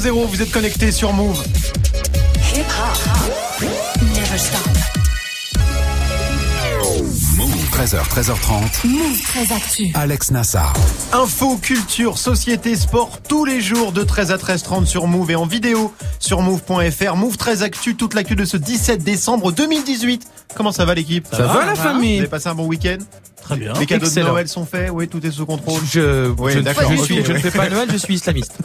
00, vous êtes connectés sur Move. Hip hop, never stop. 13h, 13h30. Move 13 Actu. Alex Nassar. Info, culture, société, sport, tous les jours de 13 à 13h30 sur Move et en vidéo sur Move.fr. Move 13 Actu, toute l'actu de ce 17 décembre 2018. Comment ça va l'équipe? Ça va la famille? Vous avez passé un bon week-end? Très bien. Les cadeaux Excellent. de Noël sont faits? Oui, tout est sous contrôle. Je Oui, ne d'accord, fais- ok, je ne ouais. fais pas Noël, je suis islamiste.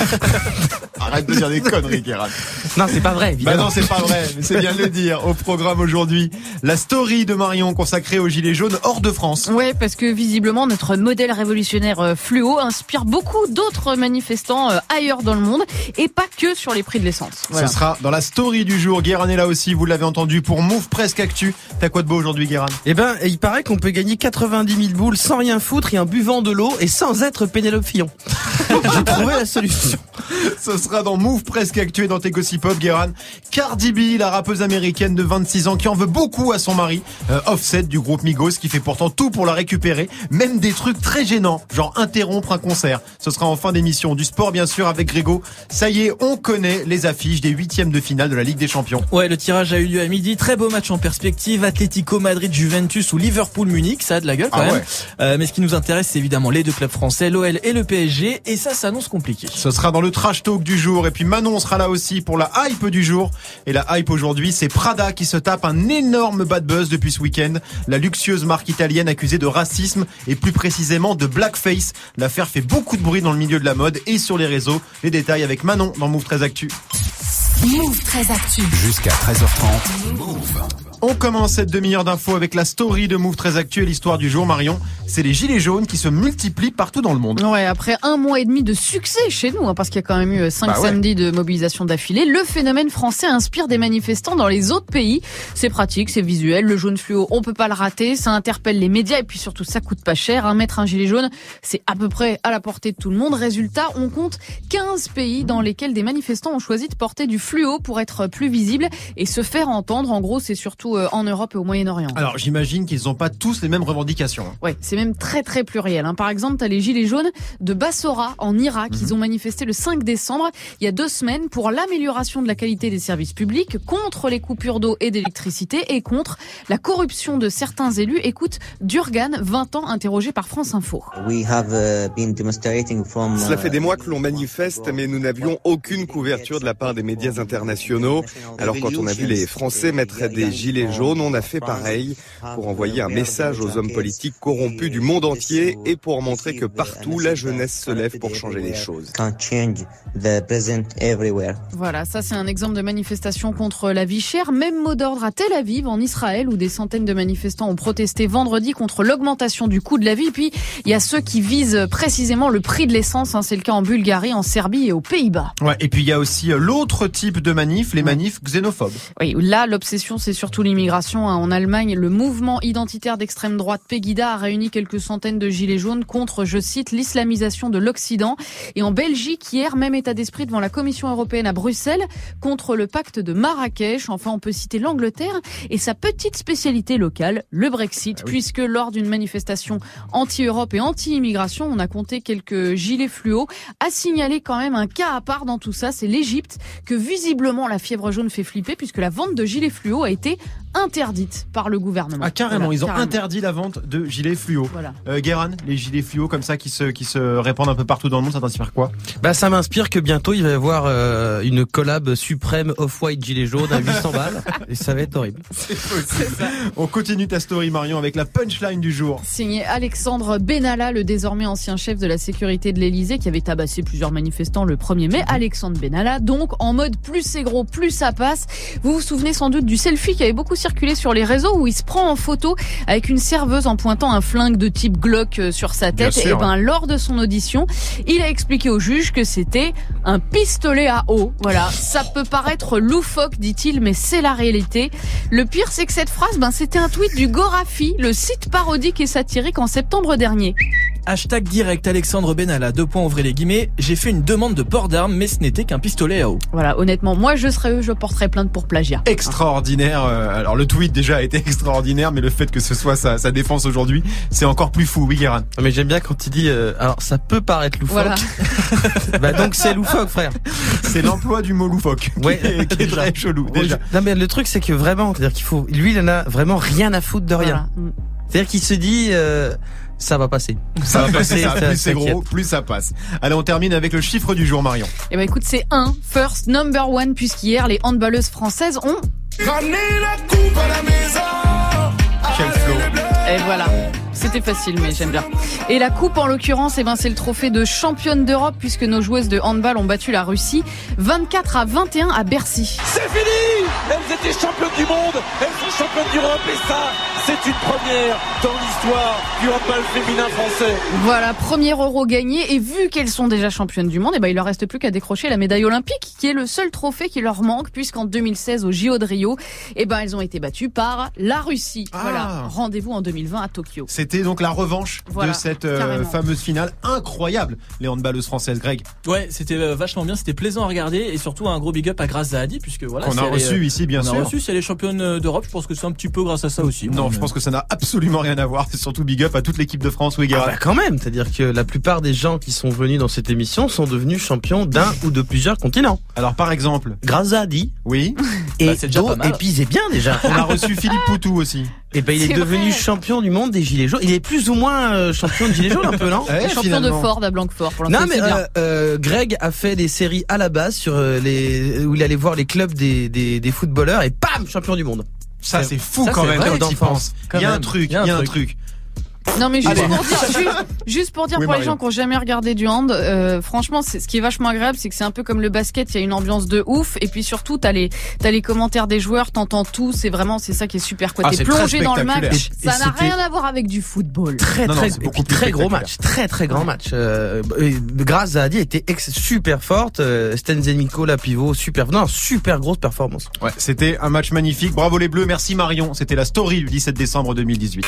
Arrête de dire des conneries, Kéran. Non, c'est pas vrai, Bah évidemment. non, c'est pas vrai, mais c'est bien de le dire. Au programme aujourd'hui, la story de Marion consacrée aux Gilets jaunes hors de France. Ouais, parce que visiblement notre modèle révolutionnaire fluo inspire beaucoup d'autres manifestants ailleurs dans le monde et pas que sur les prix de l'essence. Voilà. Ce sera dans la story du jour. Guérin est là aussi, vous l'avez entendu, pour Move Presque Actu. T'as quoi de beau aujourd'hui, Guérin? Eh ben, il paraît qu'on peut gagner 90 000 boules sans rien foutre et en buvant de l'eau et sans être Pénélope Fillon. J'ai trouvé la solution. Ce sera dans Move Presque Actu et dans tes gossip pop, Guérin. Cardi B, la rappeuse américaine de 26 ans qui en veut beaucoup à son mari, Offset du groupe Migos, qui fait pourtant tout pour la récupérer, même des trucs très gênants, genre interrompre un concert. Ce sera en fin d'émission. Du sport bien sûr avec Grégo. Ça y est, on connaît les affiches des 8e de finale de la Ligue des Champions. Ouais, le tirage a eu lieu à midi. Très beau match en perspective. Atlético Madrid, Juventus ou Liverpool Munich. Ça a de la gueule quand même. Ouais. Mais ce qui nous intéresse, c'est évidemment les deux clubs français, l'OL et le PSG. Et ça s'annonce compliqué. Ce sera dans le trash talk du jour. Et puis Manon sera là aussi pour la hype du jour. Et la hype aujourd'hui, c'est Prada qui se tape un énorme bad buzz depuis ce week-end. La luxueuse marque italienne accusée de racisme et plus précisément de blackface. L'affaire fait beaucoup de bruit dans le milieu de la mode et sur les réseaux. Les détails avec Manon dans Move 13 Actu. Move 13 Actu. Jusqu'à 13h30. Move. On commence cette demi-heure d'infos avec la story de Move 13 Actu et l'histoire du jour, Marion. C'est les gilets jaunes qui se multiplient partout dans le monde. Ouais, après un mois et demi de succès chez nous, parce qu'il y a quand même eu 5 samedis de mobilisation d'affilée, le phénomène français inspire des manifestants dans les autres pays. C'est pratique, c'est visuel, le jaune fluo, on peut pas le rater, ça interpelle les médias et puis surtout ça coûte pas cher. Mettre un gilet jaune, c'est à peu près à la portée de tout le monde. Résultat, on compte 15 pays dans lesquels des manifestants ont choisi de porter du fluo pour être plus visibles et se faire entendre. En gros, c'est surtout en Europe et au Moyen-Orient. Alors j'imagine qu'ils n'ont pas tous les mêmes revendications. Ouais, c'est même très très pluriel. Par exemple, t'as les gilets jaunes de Bassora en Irak. Ils ont manifesté le 5 décembre, il y a 2 semaines, pour l'amélioration de la qualité des services publics, contre les coupures d'eau et d'électricité et contre la corruption de certains élus. Écoute, Durgan, 20 ans, interrogé par France Info. Cela fait des mois que l'on manifeste, mais nous n'avions aucune couverture de la part des médias internationaux. Alors quand on a vu les Français mettre des gilets jaunes, on a fait pareil pour envoyer un message aux hommes politiques corrompus du monde entier et pour montrer que partout la jeunesse se lève pour changer les choses. Voilà, ça c'est un exemple de manifestation contre la vie chère. Même mot d'ordre à Tel Aviv, en Israël, où des centaines de manifestants ont protesté vendredi contre l'augmentation du coût de la vie. Et puis, il y a ceux qui visent précisément le prix de l'essence. C'est le cas en Bulgarie, en Serbie et aux Pays-Bas. Ouais, et puis il y a aussi l'autre type de manif, les manifs xénophobes. Oui, là, l'obsession, c'est surtout l'immigration. En Allemagne, le mouvement identitaire d'extrême droite Pegida a réuni quelques centaines de gilets jaunes contre, je cite, l'islamisation de l'Occident. Et en Belgique, hier, même état d'esprit devant la Commission européenne à Bruxelles contre le pacte de Marrakech. Enfin, on peut citer l'Angleterre et sa petite spécialité locale, le Brexit, puisque lors d'une manifestation anti-Europe et anti-immigration, on a compté quelques gilets fluo. À signaler quand même un cas à part dans tout ça, c'est l'Égypte, que visiblement la fièvre jaune fait flipper puisque la vente de gilets fluo a été interdite par le gouvernement. Ah carrément, voilà, ils ont carrément interdit la vente de gilets fluo. Voilà. Guéran, les gilets fluo comme ça qui se répandent un peu partout dans le monde, ça t'inspire quoi? Bah, ça m'inspire que bientôt il va y avoir une collab suprême off-white gilet jaune à 800 balles et ça va être horrible. C'est possible. On continue ta story, Marion, avec la punchline du jour. Signé Alexandre Benalla, le désormais ancien chef de la sécurité de l'Elysée qui avait tabassé plusieurs manifestants le 1er mai. Alexandre Benalla, donc en mode plus c'est gros, plus ça passe. Vous vous souvenez sans doute du selfie qui avait beaucoup circulé sur les réseaux où il se prend en photo avec une serveuse en pointant un flingue de type Glock sur sa tête. Bien sûr, et lors de son audition, il a expliqué au juge que c'était un pistolet à eau. Voilà, ça peut paraître loufoque, dit-il, mais c'est la réalité. Le pire, c'est que cette phrase, c'était un tweet du Gorafi, le site parodique et satirique en septembre dernier. Hashtag direct Alexandre Benalla, 2 points, ouvrez les guillemets. J'ai fait une demande de port d'armes, mais ce n'était qu'un pistolet à eau. Voilà, honnêtement, moi je serais eux, je porterais plainte pour plagiat. Extraordinaire. Alors le tweet déjà a été extraordinaire, mais le fait que ce soit sa défense aujourd'hui, c'est encore plus fou. Oui, Guérin. Mais j'aime bien quand il dit, alors ça peut paraître loufoque. Voilà. Bah donc c'est loufoque, frère. C'est l'emploi du mot loufoque qui est très chelou. Déjà. Non mais le truc c'est que vraiment, c'est-à-dire qu'il faut, lui il en a vraiment rien à foutre de rien. Voilà. C'est-à-dire qu'il se dit, ça va passer. Ça va passer, ça, plus c'est t'inquiète. gros, plus ça passe. Allez, on termine avec le chiffre du jour, Marion. Eh ben écoute, c'est first number one, puisqu'hier les handballeuses françaises ont... Quel flow. Et voilà, c'était facile, mais j'aime bien. Et la coupe, en l'occurrence, eh ben, c'est le trophée de championne d'Europe, puisque nos joueuses de handball ont battu la Russie 24-21 à Bercy. C'est fini! Elles étaient championnes du monde, elles sont championnes d'Europe, et ça, c'est une première dans l'histoire du handball féminin français. Voilà, premier euro gagné, et vu qu'elles sont déjà championnes du monde, eh ben, il leur reste plus qu'à décrocher la médaille olympique, qui est le seul trophée qui leur manque, puisqu'en 2016, au JO de Rio, eh ben, elles ont été battues par la Russie. Ah. Voilà, rendez-vous en 2020 à Tokyo. C'était donc la revanche Voilà, de cette carrément. fameuse finale incroyable, les handballeuses françaises. Greg, Ouais, c'était vachement bien, c'était plaisant à regarder, et surtout un gros big up à Grace Zahadi, puisque voilà. qu'on si a elle reçu ici, bien on sûr. a reçu, si elle est championne d'Europe, je pense que c'est un petit peu grâce à ça aussi. Non, je pense que ça n'a absolument rien à voir. C'est surtout big up à toute l'équipe de France. Oui, Ah Guérin. bah quand même, c'est-à-dire que la plupart des gens qui sont venus dans cette émission sont devenus champions d'un ou de plusieurs continents. Alors, par exemple, Grâce à Adi oui, et Bah, c'est déjà pas mal. et puis il est bien déjà. on a reçu Philippe Poutou aussi. Et ben il est C'est devenu vrai. champion du monde des gilets jaunes. Il est plus ou moins champion de gilets jaunes un peu, non? Ouais, Champion finalement. de Ford à Blanquefort, pour Non l'instant, mais c'est bien. Greg a fait des séries à la base sur où il allait voir les clubs des footballeurs et bam, champion du monde. Ça, c'est fou ça, quand c'est même vrai quand tu y d'enfance. penses. Quand Il y a un même. truc, Il y a un truc. Non mais juste Allez. pour dire Oui, pour les Marion. gens qui ont jamais regardé du hand, franchement, ce qui est vachement agréable, c'est que c'est un peu comme le basket, il y a une ambiance de ouf, et puis surtout t'as les commentaires des joueurs, t'entends tout, c'est ça qui est super quoi. Ah, T'es c'est plongé très dans le spectaculaire. match, Et ça n'a c'était- rien à voir avec du football. Très Non, non, très c'est et beaucoup puis plus très gros spectaculaire. match, très grand match. Grâce à Adi était super forte. Stenzeniko la pivot, super grosse performance. Ouais, c'était un match magnifique. Bravo les Bleus. Merci Marion. C'était la story du 17 décembre 2018.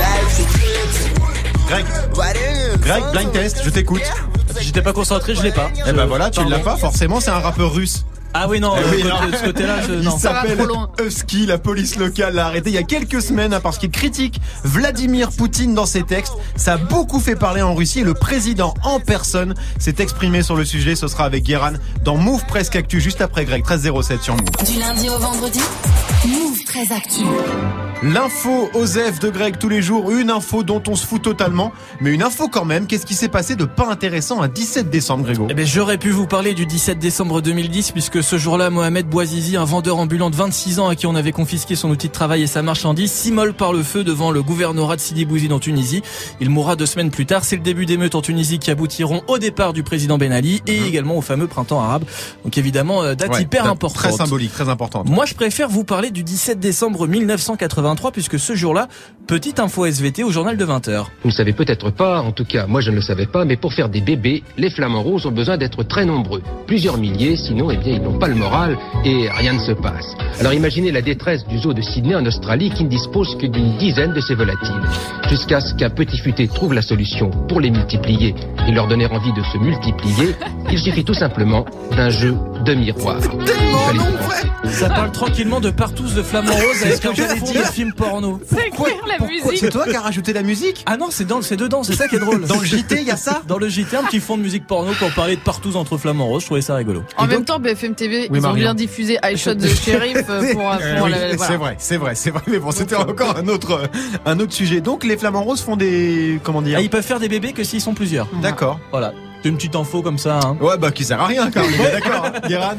Greg, blind test, je t'écoute. J'étais pas concentré, je l'ai pas. Eh ben voilà, tu Pardon. l'as pas forcément, c'est un rappeur russe. Ah oui, non, Eh oui, de non. ce côté-là, Il non. Ça va s'appelle trop loin. Husky, la police locale l'a arrêté il y a quelques semaines parce qu'il critique Vladimir Poutine dans ses textes. Ça a beaucoup fait parler en Russie et le président en personne s'est exprimé sur le sujet. Ce sera avec Guéran dans Move Presque Actu juste après Greg, 13h07 sur Move. Du lundi au vendredi, Move très actu. L'info Osef de Greg tous les jours, une info dont on se fout totalement, mais une info quand même. Qu'est-ce qui s'est passé de pas intéressant un 17 décembre, Grégo? Eh ben, j'aurais pu vous parler du 17 décembre 2010 puisque ce jour-là, Mohamed Bouazizi, un vendeur ambulant de 26 ans à qui on avait confisqué son outil de travail et sa marchandise, s'immole par le feu devant le gouvernorat de Sidi Bouzid en Tunisie. Il mourra 2 semaines plus tard. C'est le début d'émeutes en Tunisie qui aboutiront au départ du président Ben Ali et également au fameux printemps arabe. Donc évidemment, date Ouais, hyper date importante. Très symbolique, très importante. Moi, je préfère vous parler du 17 décembre 1983 puisque ce jour-là, petite info SVT au journal de 20h. Vous ne savez peut-être pas, en tout cas moi je ne le savais pas, mais pour faire des bébés, les flamants roses ont besoin d'être très nombreux. Plusieurs milliers, sinon eh bien ils n'ont pas le moral et rien ne se passe. Alors imaginez la détresse du zoo de Sydney en Australie qui ne dispose que d'une dizaine de ces volatiles. Jusqu'à ce qu'un petit futé trouve la solution pour les multiplier et leur donner envie de se multiplier, il suffit tout simplement d'un jeu de miroir. Il fallait y penser. Ça parle tranquillement de partous de flamants roses avec un fond de film porno. C'est clair, la musique. C'est toi qui as rajouté la musique? Ah non, c'est dedans, c'est ça qui est drôle. Dans le JT, il y a ça? Dans le JT, un petit fond de musique porno pour parler de partous entre flamants roses, je trouvais ça rigolo. En même temps, BFM TV, ils ont Marion. bien diffusé I Shot the Sheriff pour Oui, voilà. c'est vrai. Mais bon, c'était encore un autre sujet. Donc, les flamants roses font des, comment dire? Ah, ils peuvent faire des bébés que s'ils sont plusieurs. D'accord. Voilà. C'est une petite info comme ça, hein. Ouais, bah, qui sert à rien, quand même. D'accord. Hein. Guéran,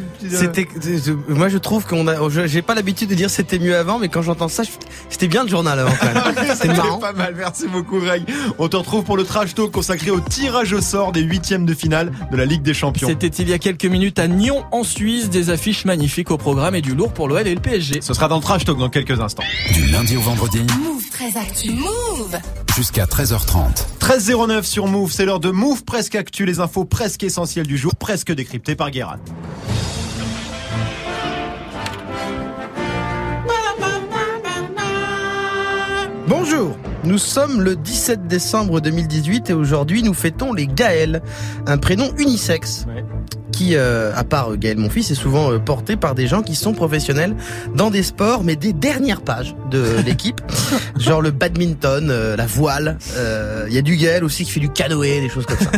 Moi je trouve j'ai pas l'habitude de dire c'était mieux avant, mais quand j'entends ça, c'était bien le journal avant quand même. c'est marrant. pas mal. Merci beaucoup, Greg. On te retrouve pour le trash talk consacré au tirage au sort des 8e de finale de la Ligue des Champions. C'était il y a quelques minutes à Nyon, en Suisse, des affiches magnifiques au programme et du lourd pour l'OL et le PSG. Ce sera dans le trash talk dans quelques instants. Du lundi au vendredi, Move très actu. Move. jusqu'à 13h30. 13h09 sur Move, c'est l'heure de Move Presque Actu, les infos presque essentielles du jour, presque décryptées par Guéran. Bonjour, nous sommes le 17 décembre 2018 et aujourd'hui nous fêtons les Gaëls, un prénom unisexe. Qui, à part Gaël mon fils, est souvent porté par des gens qui sont professionnels dans des sports, mais des dernières pages de l'équipe, genre le badminton, la voile. Il y a du Gaël aussi qui fait du canoë, des choses comme ça.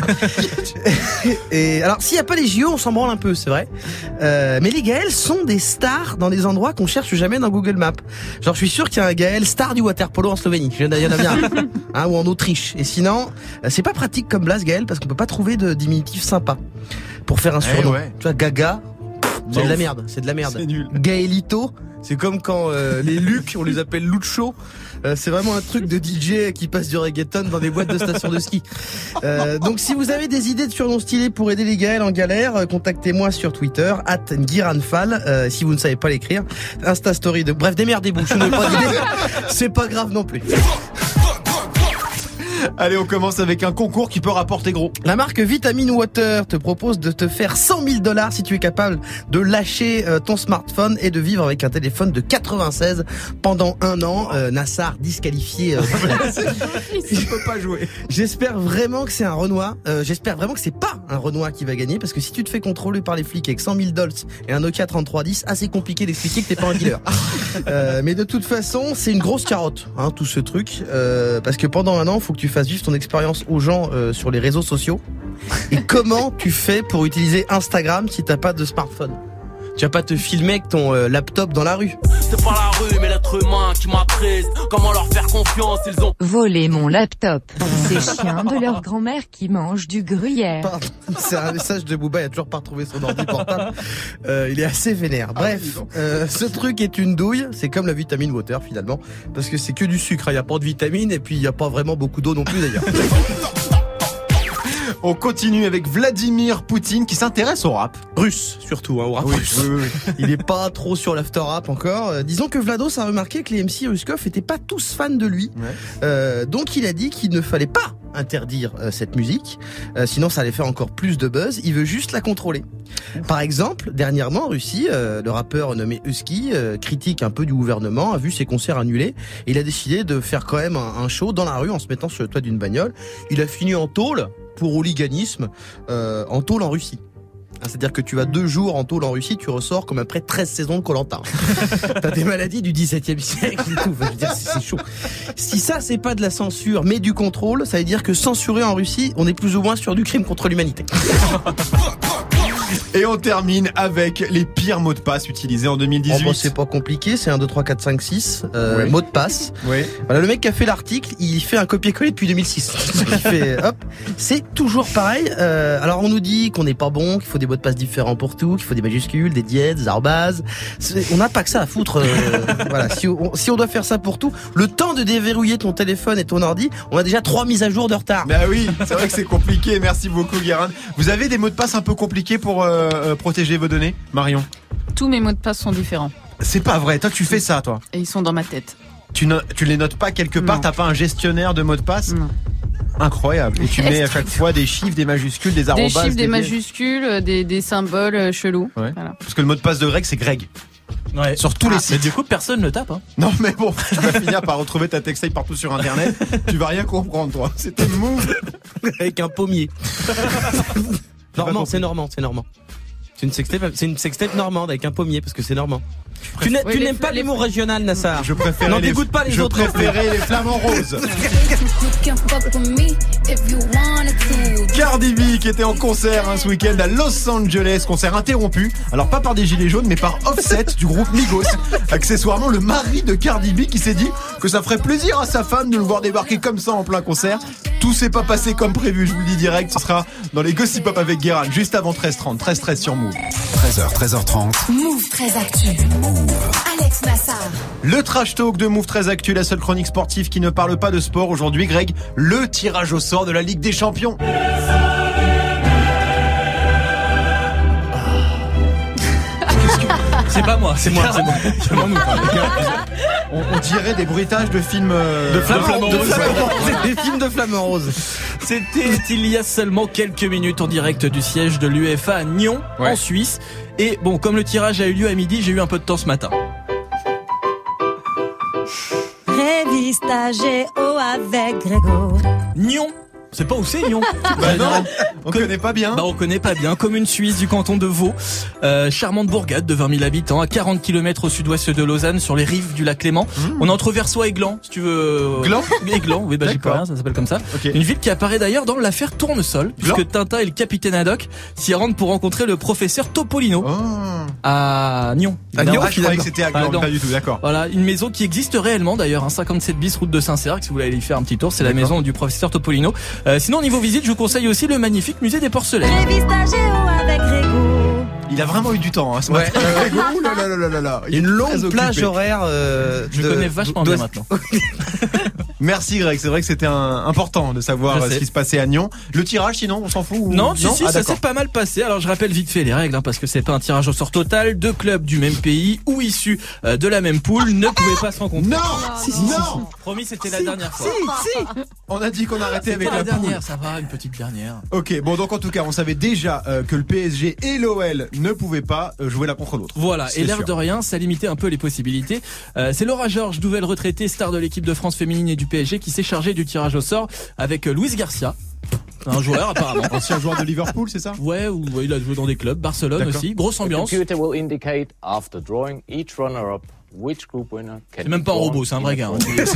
Et alors, s'il n'y a pas les JO, on s'en branle un peu, c'est vrai. Mais les Gaëls sont des stars dans des endroits qu'on cherche jamais dans Google Maps. Genre, je suis sûr qu'il y a un Gaël star du waterpolo en Slovénie. Il y en a bien, hein, ou en Autriche. Et sinon, c'est pas pratique comme blase Gaël parce qu'on peut pas trouver de diminutif sympa pour faire un surnom. Ouais. Tu vois, Gaga, c'est de la merde, c'est de la merde. C'est nul. Gaëlito, c'est comme quand les Luc, on les appelle Lucho. C'est vraiment un truc de DJ qui passe du reggaeton dans des boîtes de stations de ski. Donc si vous avez des idées de surnoms stylés pour aider les Gaëls en galère, contactez-moi sur Twitter @Ngiranfal. Si vous ne savez pas l'écrire, Insta Story de bref, démerdez-vous. Je n'ai pas d'idée. C'est pas grave non plus. Allez, on commence avec un concours qui peut rapporter gros. La marque Vitamin Water te propose de te faire $100 000 si tu es capable de lâcher ton smartphone et de vivre avec un téléphone de 96 pendant 1 an. Nassar disqualifié. Il peut pas jouer. J'espère vraiment que c'est un Renoir. J'espère vraiment que c'est pas un Renoir qui va gagner, parce que si tu te fais contrôler par les flics avec $100 000 et un Nokia 3310, assez compliqué d'expliquer que t'es pas un dealer. Mais de toute façon, c'est une grosse carotte, hein, tout ce truc, parce que pendant 1 an, faut que tu fasses vivre ton expérience aux gens sur les réseaux sociaux. Et comment tu fais pour utiliser Instagram si t'as pas de smartphone? Tu vas pas te filmer avec ton laptop dans la rue. C'est pas la rue mais l'être humain qui m'attriste. Comment leur faire confiance, ils ont volé mon laptop. Ces chiens de leur grand-mère qui mangent du gruyère. Pardon. C'est un message de Booba, il a toujours pas retrouvé son ordi portable. Il est assez vénère. Bref, ce truc est une douille. C'est comme la Vitamin Water finalement, parce que c'est que du sucre. Il y a pas de vitamine et puis il y a pas vraiment beaucoup d'eau non plus d'ailleurs. On continue avec Vladimir Poutine qui s'intéresse au rap. Russe, surtout, hein, au rap russe. Oui. Il est pas trop sur l'after-rap encore. Disons que Vlados a remarqué que les MC Ruskov étaient pas tous fans de lui. Ouais. Donc il a dit qu'il ne fallait pas interdire cette musique, sinon ça allait faire encore plus de buzz. Il veut juste la contrôler. Par exemple, dernièrement en Russie, le rappeur nommé Husky critique un peu du gouvernement, a vu ses concerts annulés et il a décidé de faire quand même un show dans la rue en se mettant sur le toit d'une bagnole. Il a fini en tôle pour hooliganisme, en tôle en Russie. C'est-à-dire que tu vas 2 jours en tôle en Russie, tu ressors comme après 13 saisons de Koh-Lanta. T'as des maladies du XVIIe siècle et tout. Je veux dire, c'est chaud. Si ça, c'est pas de la censure, mais du contrôle, ça veut dire que censurer en Russie, on est plus ou moins sur du crime contre l'humanité. Et on termine avec les pires mots de passe utilisés en 2018. Oh, bon, c'est pas compliqué, c'est 1, 2, 3, 4, 5, 6 mots de passe. Oui. Voilà, le mec qui a fait l'article, il fait un copier-coller depuis 2006. Il fait, hop, c'est toujours pareil. Alors on nous dit qu'on n'est pas bon, qu'il faut des mots de passe différents pour tout, qu'il faut des majuscules, des dièses, des arrobases. On n'a pas que ça à foutre. Voilà, si on doit faire ça pour tout, le temps de déverrouiller ton téléphone et ton ordi, on a déjà 3 mises à jour de retard. Bah oui, c'est vrai que c'est compliqué. Merci beaucoup, Guérin. Vous avez des mots de passe un peu compliqués pour protéger vos données, Marion? Tous mes mots de passe sont différents. C'est pas vrai, toi tu fais ça, toi? Et ils sont dans ma tête. Tu les notes pas quelque part? T'as pas un gestionnaire de mots de passe? Non. Incroyable. Et tu mets à chaque fois des chiffres, des majuscules, des arrobas. Des chiffres, des majuscules, des symboles chelous. Ouais. Voilà. Parce que le mot de passe de Greg, c'est Greg. Ouais. Sur tous les sites. Mais du coup, personne ne tape, hein. Non, mais bon, tu vas finir par retrouver ta textail partout sur Internet. Tu vas rien comprendre, toi. C'était Move. Avec un pommier. C'est normand. C'est une sextape normande avec un pommier parce que c'est normand. Tu n'aimes pas les mots régionaux, Nassar? Je préfère. N'en dégoûte pas les autres. Je préférais les flamants roses. Cardi B qui était en concert ce week-end à Los Angeles, concert interrompu. Alors pas par des gilets jaunes mais par Offset du groupe Migos. Accessoirement le mari de Cardi B qui s'est dit que ça ferait plaisir à sa femme de le voir débarquer comme ça en plein concert. Tout s'est pas passé comme prévu, je vous le dis direct. Ce sera dans les Gossip Pop avec Guérin juste avant 13h30. 13h13 sur Move. 13h, 13h30. Move 13 Actu. Alex Nassar. Le trash talk de Move 13 Actu, la seule chronique sportive qui ne parle pas de sport. Aujourd'hui, Greg, le tirage au sort de la Ligue des Champions. C'est pas moi, c'est moi. On dirait des bruitages de films de flamants roses. Des films de flamants roses. C'était il y a seulement quelques minutes en direct du siège de l'UEFA à Nyon, en Suisse. Et bon, comme le tirage a eu lieu à midi, j'ai eu un peu de temps ce matin. Revista ta Géo avec Grégo. Nyon. C'est pas où c'est Nyon. Bah non, on connaît pas bien. Bah on connaît pas bien. Commune suisse du canton de Vaud, charmante bourgade de 20 000 habitants, à 40 km au sud-ouest de Lausanne, sur les rives du lac Léman. On est entre Versoix et Gland, si tu veux. Gland. Oui, bah j'y peux rien, ça s'appelle comme ça. Okay. Une ville qui apparaît d'ailleurs dans l'affaire Tournesol, puisque Tintin et le capitaine Haddock s'y rendent pour rencontrer le professeur Topolino à Nyon. À Nyon, je croyais que c'était à Gland, pas du tout, d'accord. Voilà, une maison qui existe réellement d'ailleurs, 57 bis route de Saint-Cergue, si vous voulez aller y faire un petit tour, c'est la maison du professeur Topolino. Sinon, au niveau visite, je vous conseille aussi le magnifique musée des porcelaines. Révise ta Géo avec Grégo. Il a vraiment eu du temps, ce matin. Ouh là là. Une longue plage horaire. Je connais vachement bien maintenant. Merci Greg, c'est vrai que c'était important de savoir ce qui se passait à Nyon. Le tirage, sinon, on s'en fout ou... Non, ça s'est pas mal passé. Alors je rappelle vite fait les règles, parce que c'est pas un tirage au sort total. 2 clubs du même pays ou issus de la même poule ne pouvaient pas se rencontrer. Non. Promis, c'était la dernière fois. Si. On a dit qu'on arrêtait avec la dernière, poule. ça va, une petite dernière. Ok, bon donc en tout cas, on savait déjà que le PSG et l'OL ne pouvaient pas jouer l'un contre l'autre. Voilà, et l'air de rien, ça limitait un peu les possibilités. C'est Laura Georges, nouvelle retraitée, star de l'équipe de France féminine et du PSG, qui s'est chargée du tirage au sort avec Luis Garcia. Un joueur apparemment. Ancien joueur de Liverpool, c'est ça? Ouais, il a joué dans des clubs, Barcelone aussi, grosse ambiance. C'est même pas un robot, c'est un vrai gars.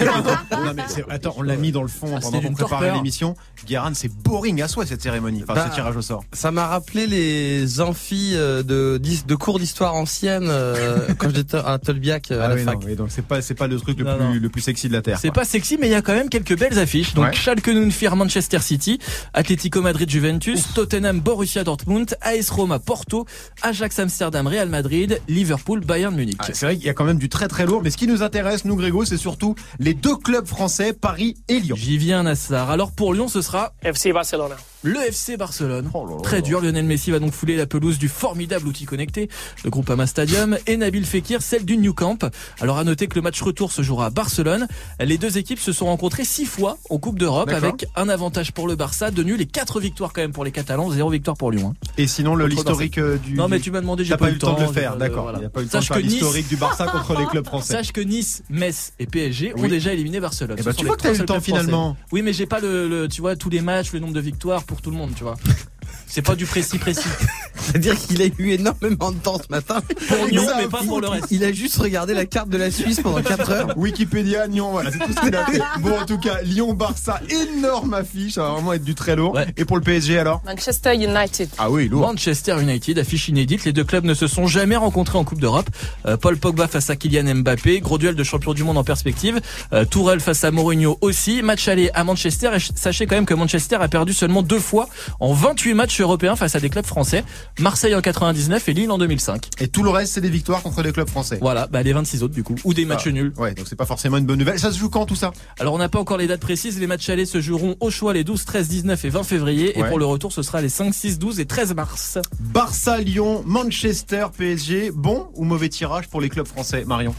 Non mais attends, on l'a mis dans le fond pendant qu'on préparait l'émission. Guérin, c'est boring à soi cette cérémonie, ce tirage au sort. Ça m'a rappelé les amphis de cours d'histoire ancienne quand j'étais à Tolbiac à la fac. Non, donc c'est pas le truc le plus sexy de la terre. C'est pas sexy, mais il y a quand même quelques belles affiches. Donc Schalke 04 Manchester City, Atlético Madrid Juventus, Tottenham Borussia Dortmund, AS Roma Porto, Ajax Amsterdam Real Madrid, Liverpool Bayern Munich. C'est vrai qu'il y a quand même du très très lourd, mais ce qui nous intéresse, nous Grégo, c'est surtout les 2 clubs français, Paris et Lyon. J'y viens, Nassar. Alors pour Lyon, ce sera FC Barcelone. Le FC Barcelone. Très dur, Lionel Messi va donc fouler la pelouse du formidable outil connecté, le Groupama Stadium, et Nabil Fekir, celle du Nou Camp. Alors à noter que le match retour se jouera à Barcelone. Les 2 équipes se sont rencontrées 6 fois en Coupe d'Europe, avec un avantage pour le Barça, 2 nuls et 4 victoires quand même pour les Catalans, 0 victoire pour Lyon. Et sinon l'historique du... Non mais tu m'as demandé, j'ai pas eu le temps de le faire, d'accord. Il n'y a pas eu le temps de faire l'historique du Barça contre les clubs français. Sache que Nice, Metz et PSG ont déjà éliminé Barcelone. Et tu vois que t'as eu le temps finalement. Oui, mais j'ai pas tu vois, tous les matchs, le nombre de victoires pour tout le monde, tu vois. C'est pas du précis. C'est-à-dire qu'il a eu énormément de temps ce matin. Pour Nyon, mais pas pour le reste. Il a juste regardé la carte de la Suisse pendant 4 heures. Wikipédia, Nyon, voilà, c'est tout ce qu'il a fait. Bon, en tout cas, Lyon-Barça, énorme affiche, ça va vraiment être du très lourd. Ouais. Et pour le PSG alors? Manchester United. Ah oui, lourd. Manchester United, affiche inédite. Les 2 clubs ne se sont jamais rencontrés en Coupe d'Europe. Paul Pogba face à Kylian Mbappé, gros duel de champion du monde en perspective. Tourelle face à Mourinho aussi. Match aller à Manchester. Et sachez quand même que Manchester a perdu seulement 2 fois en 28 matchs européens face à des clubs français. Marseille en 99 et Lille en 2005. Et tout le reste, c'est des victoires contre les clubs français. Voilà, les 26 autres du coup, ou des matchs nuls. Ouais, donc c'est pas forcément une bonne nouvelle. Ça se joue quand tout ça? Alors on n'a pas encore les dates précises. Les matchs allés se joueront au choix les 12, 13, 19 et 20 février. Et pour le retour, ce sera les 5, 6, 12 et 13 mars. Barça, Lyon, Manchester, PSG. Bon ou mauvais tirage pour les clubs français, Marion?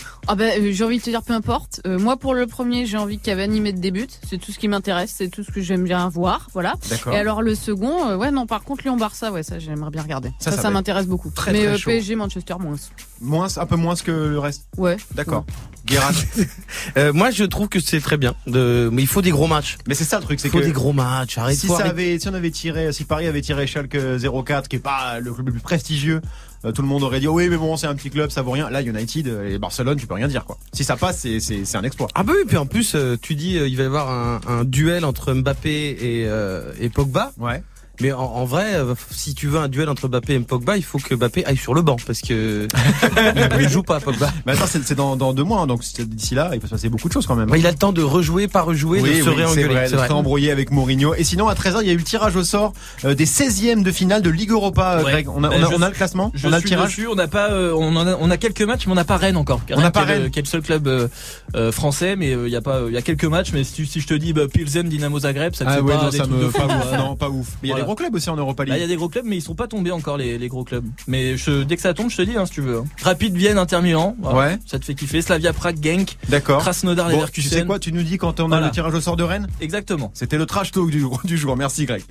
J'ai envie de te dire peu importe. Moi pour le premier, j'ai envie qu'Cavani mette des buts. C'est tout ce qui m'intéresse, c'est tout ce que j'aime bien voir. Voilà. D'accord. Et alors le second, par contre Lyon-Barça, ça j'aimerais bien regarder. Ça m'intéresse beaucoup. Très, mais très chaud. PSG, Manchester moins. Un peu moins que le reste. Ouais. D'accord. Guérin. Moi je trouve que c'est très bien. Mais il faut des gros matchs. Mais c'est ça le truc, c'est il faut des gros matchs. Si Paris avait tiré Schalke 04, qui est pas le club le plus prestigieux, tout le monde aurait dit oui mais bon c'est un petit club, ça vaut rien. Là United et Barcelone, tu peux rien dire quoi. Si ça passe, c'est un exploit. Ah bah oui, puis en plus tu dis il va y avoir un duel entre Mbappé et Pogba. Ouais. Mais en vrai, si tu veux un duel entre Mbappé et Pogba, il faut que Mbappé aille sur le banc parce que il joue pas Pogba. Mais attends, c'est dans 2 mois, hein, donc d'ici là, il peut se passer beaucoup de choses quand même. Il a le temps de rejouer, pas rejouer, de se réengueuler. C'est vrai, de se embrouiller avec Mourinho. Et sinon, à 13h, il y a eu le tirage au sort des 16e de finale de Ligue Europa, Greg. On a le classement, on a le tirage. Dessus, on a quelques matchs, mais on n'a pas Rennes encore. On n'a pas Rennes, qui est le seul club français, mais il y a quelques matchs. Mais si je te dis Pilsen, Dynamo Zagreb, ça te fait pas des trucs de fou. Non, pas ouf. Mais il y a des gros clubs aussi en Europa League. Il y a des gros clubs, mais ils sont pas tombés encore les gros clubs. Mais dès que ça tombe, je te dis, si tu veux. Rapide Vienne, Inter Milan. Ouais. Ça te fait kiffer. Slavia Prague, Genk. D'accord. Krasnodar, Leverkusen. Tu sais quoi, tu nous dis quand on a le tirage au sort de Rennes? Exactement. C'était le trash talk du jour. Merci Greg.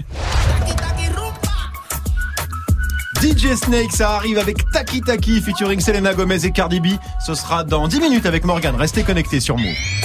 DJ Snake, ça arrive avec Taki Taki featuring Selena Gomez et Cardi B. Ce sera dans 10 minutes avec Morgane. Restez connectés sur Move.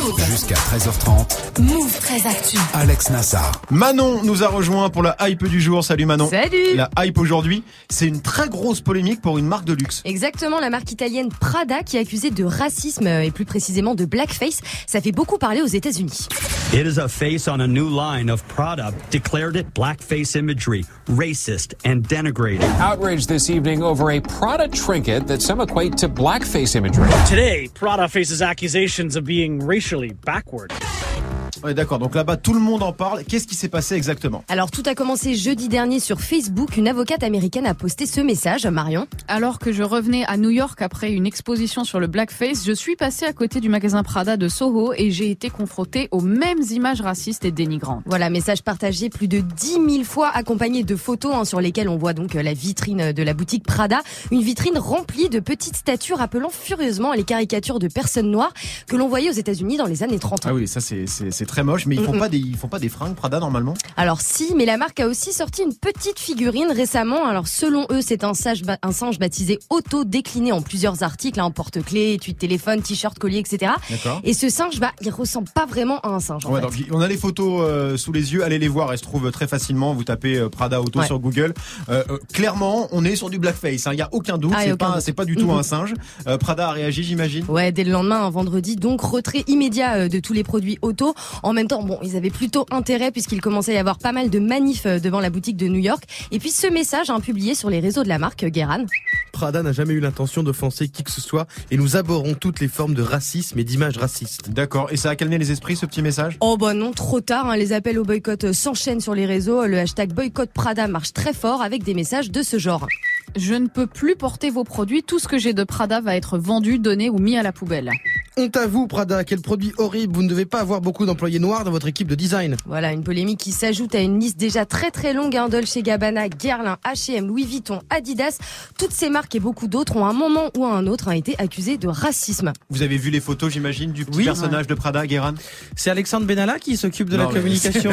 Jusqu'à 13h30. Move 13 Actu. Alex Nassar. Manon nous a rejoint pour la hype du jour. Salut Manon. Salut. La hype aujourd'hui, c'est une très grosse polémique pour une marque de luxe. Exactement, la marque italienne Prada qui est accusée de racisme et plus précisément de blackface. Ça fait beaucoup parler aux États-Unis. It is a face on a new line of Prada declared it blackface imagery, racist and denigrating. Outrage this evening over a Prada trinket that some equate to blackface imagery. Today, Prada faces accusations of being racially backward. Ouais, d'accord, donc là-bas tout le monde en parle. Qu'est-ce qui s'est passé exactement ? Alors tout a commencé jeudi dernier sur Facebook. Une avocate américaine a posté ce message, Marion. Alors que je revenais à New York après une exposition sur le blackface, je suis passée à côté du magasin Prada de Soho et j'ai été confrontée aux mêmes images racistes et dénigrantes. Voilà, message partagé plus de 10 000 fois accompagné de photos sur lesquelles on voit donc la vitrine de la boutique Prada. Une vitrine remplie de petites statues rappelant furieusement les caricatures de personnes noires que l'on voyait aux États-Unis dans les années 30. Ah oui, ça c'est très moche, mais ils font pas des fringues Prada normalement ? Alors si, mais la marque a aussi sorti une petite figurine récemment. Alors selon eux, c'est un singe baptisé Otto, décliné en plusieurs articles, en porte-clés, étui de téléphone, t-shirt, collier, etc. D'accord. Et ce singe, il ressemble pas vraiment à un singe. En fait. Donc, on a les photos sous les yeux, allez les voir, elles se trouvent très facilement. Vous tapez Prada Otto sur Google. Clairement, on est sur du blackface. Il y a aucun doute. C'est pas du tout un singe. Prada a réagi, j'imagine. Ouais, dès le lendemain, un vendredi, donc retrait immédiat de tous les produits Otto. En même temps, ils avaient plutôt intérêt puisqu'il commençait à y avoir pas mal de manifs devant la boutique de New York. Et puis ce message publié sur les réseaux de la marque, Guéran. Prada n'a jamais eu l'intention d'offenser qui que ce soit et nous abhorrons toutes les formes de racisme et d'images racistes. D'accord. Et ça a calmé les esprits, ce petit message ? Oh non, trop tard. Les appels au boycott s'enchaînent sur les réseaux. Le hashtag boycott Prada marche très fort avec des messages de ce genre. Je ne peux plus porter vos produits. Tout ce que j'ai de Prada va être vendu, donné ou mis à la poubelle. Honte à vous, Prada, quel produit horrible. Vous ne devez pas avoir beaucoup d'employés noirs dans votre équipe de design. Voilà, une polémique qui s'ajoute à une liste déjà très très longue. Dolce & Gabbana, Guerlain, H&M, Louis Vuitton, Adidas. Toutes ces marques et beaucoup d'autres ont à un moment ou à un autre été accusées de racisme. Vous avez vu les photos, j'imagine, du petit personnage de Prada, Guéran ? C'est Alexandre Benalla qui s'occupe de la communication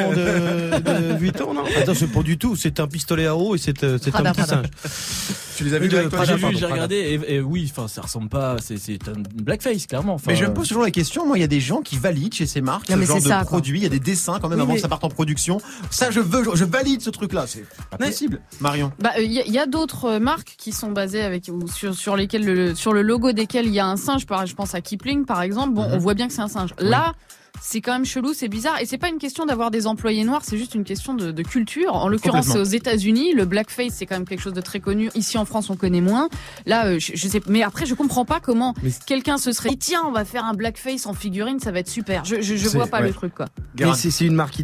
de Vuitton, non ? Attends, c'est pas du tout. C'est un pistolet à eau et c'est un petit singe. Tu les as vus J'ai regardé et oui, ça ressemble pas. C'est un blackface clairement. Mais je me pose toujours la question. Moi, il y a des gens qui valident chez ces marques ce genre de produits. Il y a des dessins quand même avant que ça parte en production. Ça, je valide ce truc-là. C'est pas possible. Marion. Il y a d'autres marques qui sont basées sur lesquelles sur le logo desquelles il y a un singe. Je pense à Kipling par exemple. On voit bien que c'est un singe. Là. C'est quand même chelou, c'est bizarre. Et c'est pas une question d'avoir des employés noirs, c'est juste une question de culture. En l'occurrence, c'est aux États-Unis. Le blackface, c'est quand même quelque chose de très connu. Ici, en France, on connaît moins. Là, je sais, mais après, je comprends pas comment quelqu'un se serait dit, tiens, on va faire un blackface en figurine, ça va être super. Je vois pas le truc, quoi. Mais c'est une marque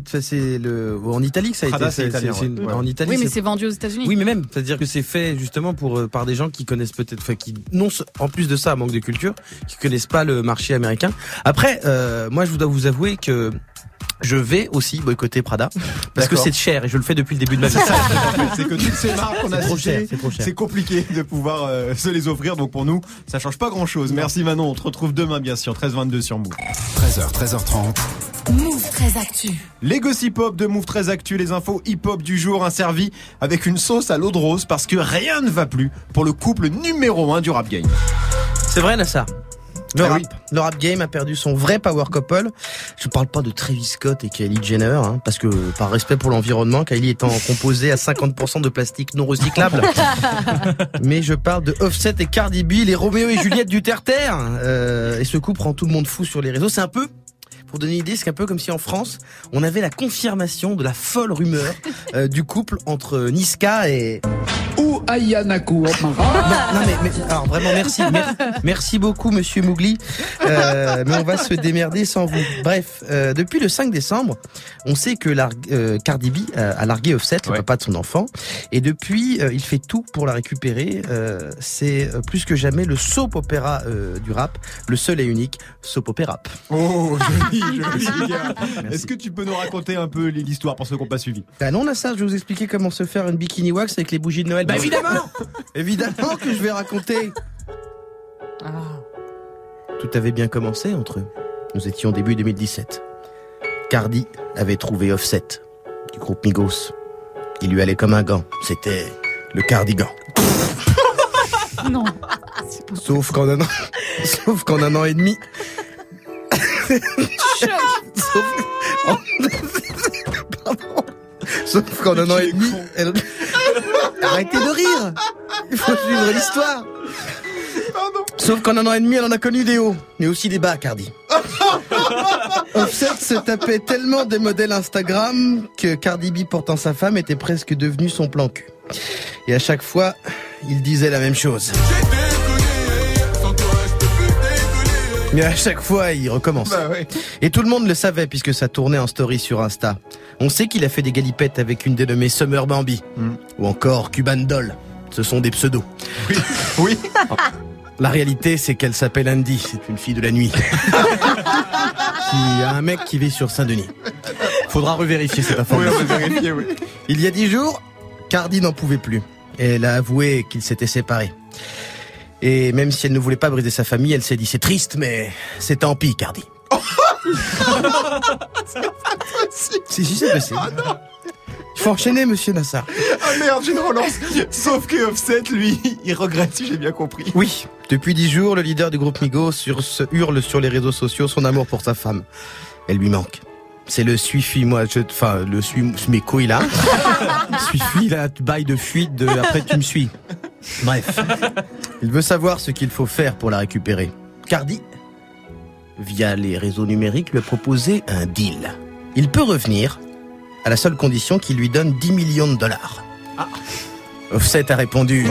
en Italie que ça a Prada, été c'est en Italie. Oui, mais c'est vendu aux États-Unis. Oui, mais même, c'est-à-dire que c'est fait justement par des gens qui connaissent peut-être, qui non, en plus de ça, manque de culture, qui connaissent pas le marché américain. Après, moi, je dois vous avouer que je vais aussi boycotter Prada parce que c'est cher et je le fais depuis le début de ma vie. C'est que toutes ces marques qu'on a citées, c'est trop cher. C'est compliqué de pouvoir se les offrir. Donc pour nous, ça change pas grand-chose. Merci Manon. On te retrouve demain bien sûr 13h22 sur Move. 13h, 13h30. Move 13 Actu. Les gossip hop de Move 13 Actu, les infos hip-hop du jour, servis avec une sauce à l'eau de rose parce que rien ne va plus pour le couple numéro 1 du rap game. C'est vrai, Nassar. Le rap game a perdu son vrai power couple. Je parle pas de Travis Scott et Kylie Jenner, parce que par respect pour l'environnement, Kylie étant composée à 50% de plastique non recyclable. Mais je parle de Offset et Cardi B, les Roméo et Juliette du terre-terre. Et ce couple rend tout le monde fou sur les réseaux. C'est un peu... Pour donner une idée, c'est un peu comme si en France, on avait la confirmation de la folle rumeur du couple entre Niska et... Ou Ayana Kouamara. Non mais alors vraiment merci beaucoup Monsieur Mougli, mais on va se démerder sans vous. Bref, depuis le 5 décembre, on sait que Cardi B a largué Offset, le papa de son enfant, et depuis il fait tout pour la récupérer. C'est plus que jamais le soap opéra du rap, le seul et unique soap opéra. Oh joli gars. Est-ce que tu peux nous raconter un peu l'histoire pour ceux qui n'ont pas suivi? Non, là ça, je vais vous expliquer comment se faire une bikini wax avec les bougies de Noël. Bah évidemment évidemment que je vais raconter. Tout avait bien commencé entre eux. Nous étions début 2017. Cardi avait trouvé Offset du groupe Migos. Il lui allait comme un gant. C'était le cardigan. Non. Sauf qu'en un an et demi, Sauf qu'en un an et demi, arrêtez de rire. Il faut suivre l'histoire. Sauf qu'en un an et demi, elle en a connu des hauts, mais aussi des bas, Cardi. Offset se tapait tellement des modèles Instagram que Cardi B portant sa femme était presque devenu son plan cul. Et à chaque fois, il disait la même chose. Mais à chaque fois, il recommence. Bah ouais. Et tout le monde le savait puisque ça tournait en story sur Insta. On sait qu'il a fait des galipettes avec une dénommée Summer Bambi. Ou encore Cuban Doll. Ce sont des pseudos. Oui. Oui. La réalité, c'est qu'elle s'appelle Andy. C'est une fille de la nuit. Qui a un mec qui vit sur Saint-Denis. Faudra revérifier cette information. Oui, on va vérifier, oui. Il y a 10 jours, Cardi n'en pouvait plus. Et elle a avoué qu'ils s'étaient séparés. Et même si elle ne voulait pas briser sa famille, elle s'est dit c'est triste, mais c'est tant pis, Cardi. C'est pas possible. Si, c'est possible. Ah non. Il faut enchaîner, monsieur Nassar. Ah merde, j'ai une relance. Sauf que Offset, lui, il regrette, si j'ai bien compris. Oui, depuis 10 jours, le leader du groupe Migos hurle sur les réseaux sociaux son amour pour sa femme. Elle lui manque. C'est le le suis mes couilles là. Suis la baille de fuite de après tu me suis. Bref. Il veut savoir ce qu'il faut faire pour la récupérer. Cardi, via les réseaux numériques, lui a proposé un deal. Il peut revenir à la seule condition qu'il lui donne 10 millions de dollars. Ah. Offset a répondu.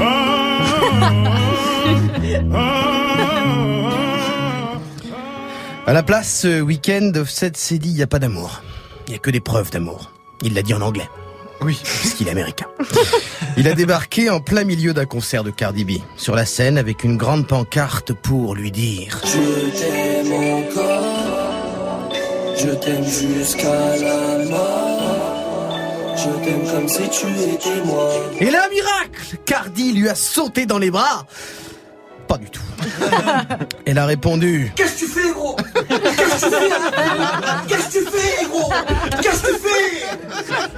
À la place, ce week-end, Offset s'est dit, il n'y a pas d'amour. Il n'y a que des preuves d'amour. Il l'a dit en anglais. Oui. Parce qu'il est américain. Il a débarqué en plein milieu d'un concert de Cardi B, sur la scène avec une grande pancarte pour lui dire « Je t'aime encore, je t'aime jusqu'à la mort, je t'aime comme si tu étais moi. » Et là, miracle, Cardi lui a sauté dans les bras. Pas du tout. Elle a répondu « Qu'est-ce que tu fais, gros? Qu'est-ce que tu fais? Qu'est-ce que tu fais, gros? Qu'est-ce que tu fais ?»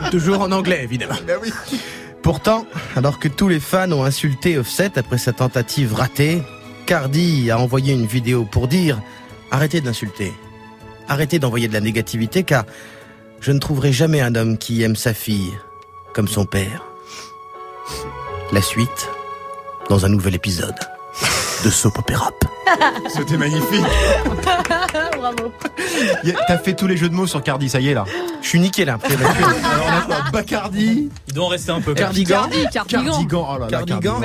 Toujours en anglais, évidemment. Ben oui. Pourtant, alors que tous les fans ont insulté Offset après sa tentative ratée, Cardi a envoyé une vidéo pour dire « Arrêtez de l'insulter. Arrêtez d'envoyer de la négativité car je ne trouverai jamais un homme qui aime sa fille comme son père. » La suite, dans un nouvel épisode de Soap Opera. C'était magnifique. Bravo. T'as fait tous les jeux de mots sur Cardi, ça y est là. Je suis niqué là. Alors on a quoi? Bacardi. Il doit en rester un peu. Cardigan. Cardigan. Oh là là, Cardigan.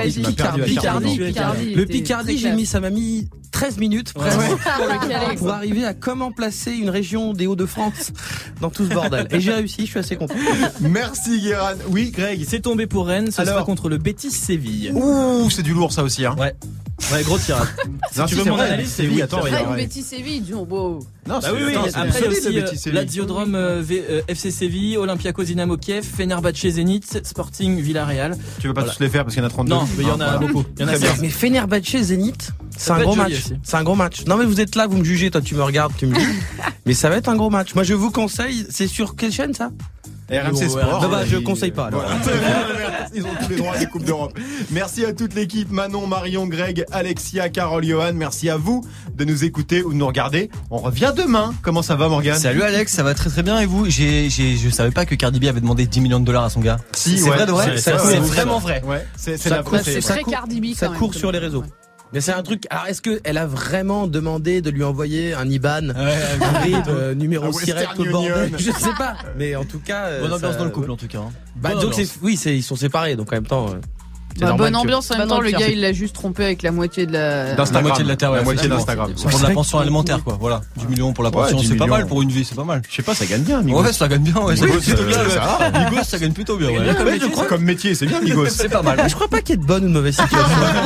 Le Picardie, ça m'a mis 13 minutes presque pour arriver à comment placer une région des Hauts-de-France dans tout ce bordel. Et j'ai réussi, je suis assez content. Merci Guérin. Oui, Greg. C'est tombé pour Rennes, ce sera contre le Betis Séville. Ouh, c'est du lourd ça aussi hein. Ouais, gros tirage. Si tu veux mon analyse, c'est oui. Attends, Après, Betis Séville, disons bon. Non, bah oui. Après aussi Lazio-Rome, FC Séville, Olympiakos Dynamo Kiev, Fenerbahçe Zénith, Sporting Villarreal. Tu veux pas tous les faire parce qu'il y en a 32. Non, mais il y en a beaucoup. Il y en a 16. Mais Fenerbahçe Zénith, c'est un gros match. C'est un gros match. Non mais vous êtes là, vous me jugez, toi tu me regardes, tu me dis. Mais ça va être un gros match. Moi je vous conseille, c'est sur quelle chaîne ça? RMC Sport. Bah, je conseille pas. Alors. Ils ont tous les droits à la Coupe d'Europe. Merci à toute l'équipe, Manon, Marion, Greg, Alexia, Carole, Johan. Merci à vous de nous écouter ou de nous regarder. On revient demain. Comment ça va, Morgane? Salut Alex, ça va très très bien et vous? Je savais pas que Cardi B avait demandé 10 millions de dollars à son gars. Si, c'est vrai de vrai? C'est vraiment vrai. Ouais, c'est très Cardi B. Ça court sur les réseaux. Mais c'est un truc. Alors, est-ce qu'elle a vraiment demandé de lui envoyer un IBAN, un RIB, numéro Siret au bordel? Je sais pas. Mais en tout cas. Bonne ambiance dans le couple en tout cas. Bah, donc ils sont séparés, donc en même temps. Bonne ambiance en même temps, le gars il l'a juste trompé avec la moitié de la Terre, la moitié d'Instagram. C'est pour de la pension alimentaire quoi, voilà. 10 millions pour la pension, c'est pas mal pour une vie, c'est pas mal. Je sais pas, ça gagne bien, Migos. Ouais, ça gagne bien, ouais, ça gagne plutôt bien. Migos, ça gagne plutôt bien, ouais. Je crois comme métier, c'est bien, Migos. C'est pas mal. Je crois pas qu'il y ait de bonne ou de mauvaise situation.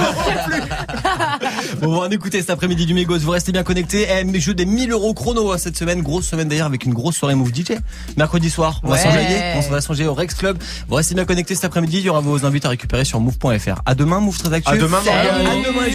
Bon, on va en écouter cet après-midi du Migos. Vous restez bien connectés. Jeu des 1000 € chrono cette semaine. Grosse semaine d'ailleurs avec une grosse soirée Move DJ. Mercredi soir, on va s'enjailler au Rex Club. Vous restez bien connectés cet après-midi. Il y aura vos invités à récupérer sur move.fr. À demain, Move très actu. À demain, Morgane.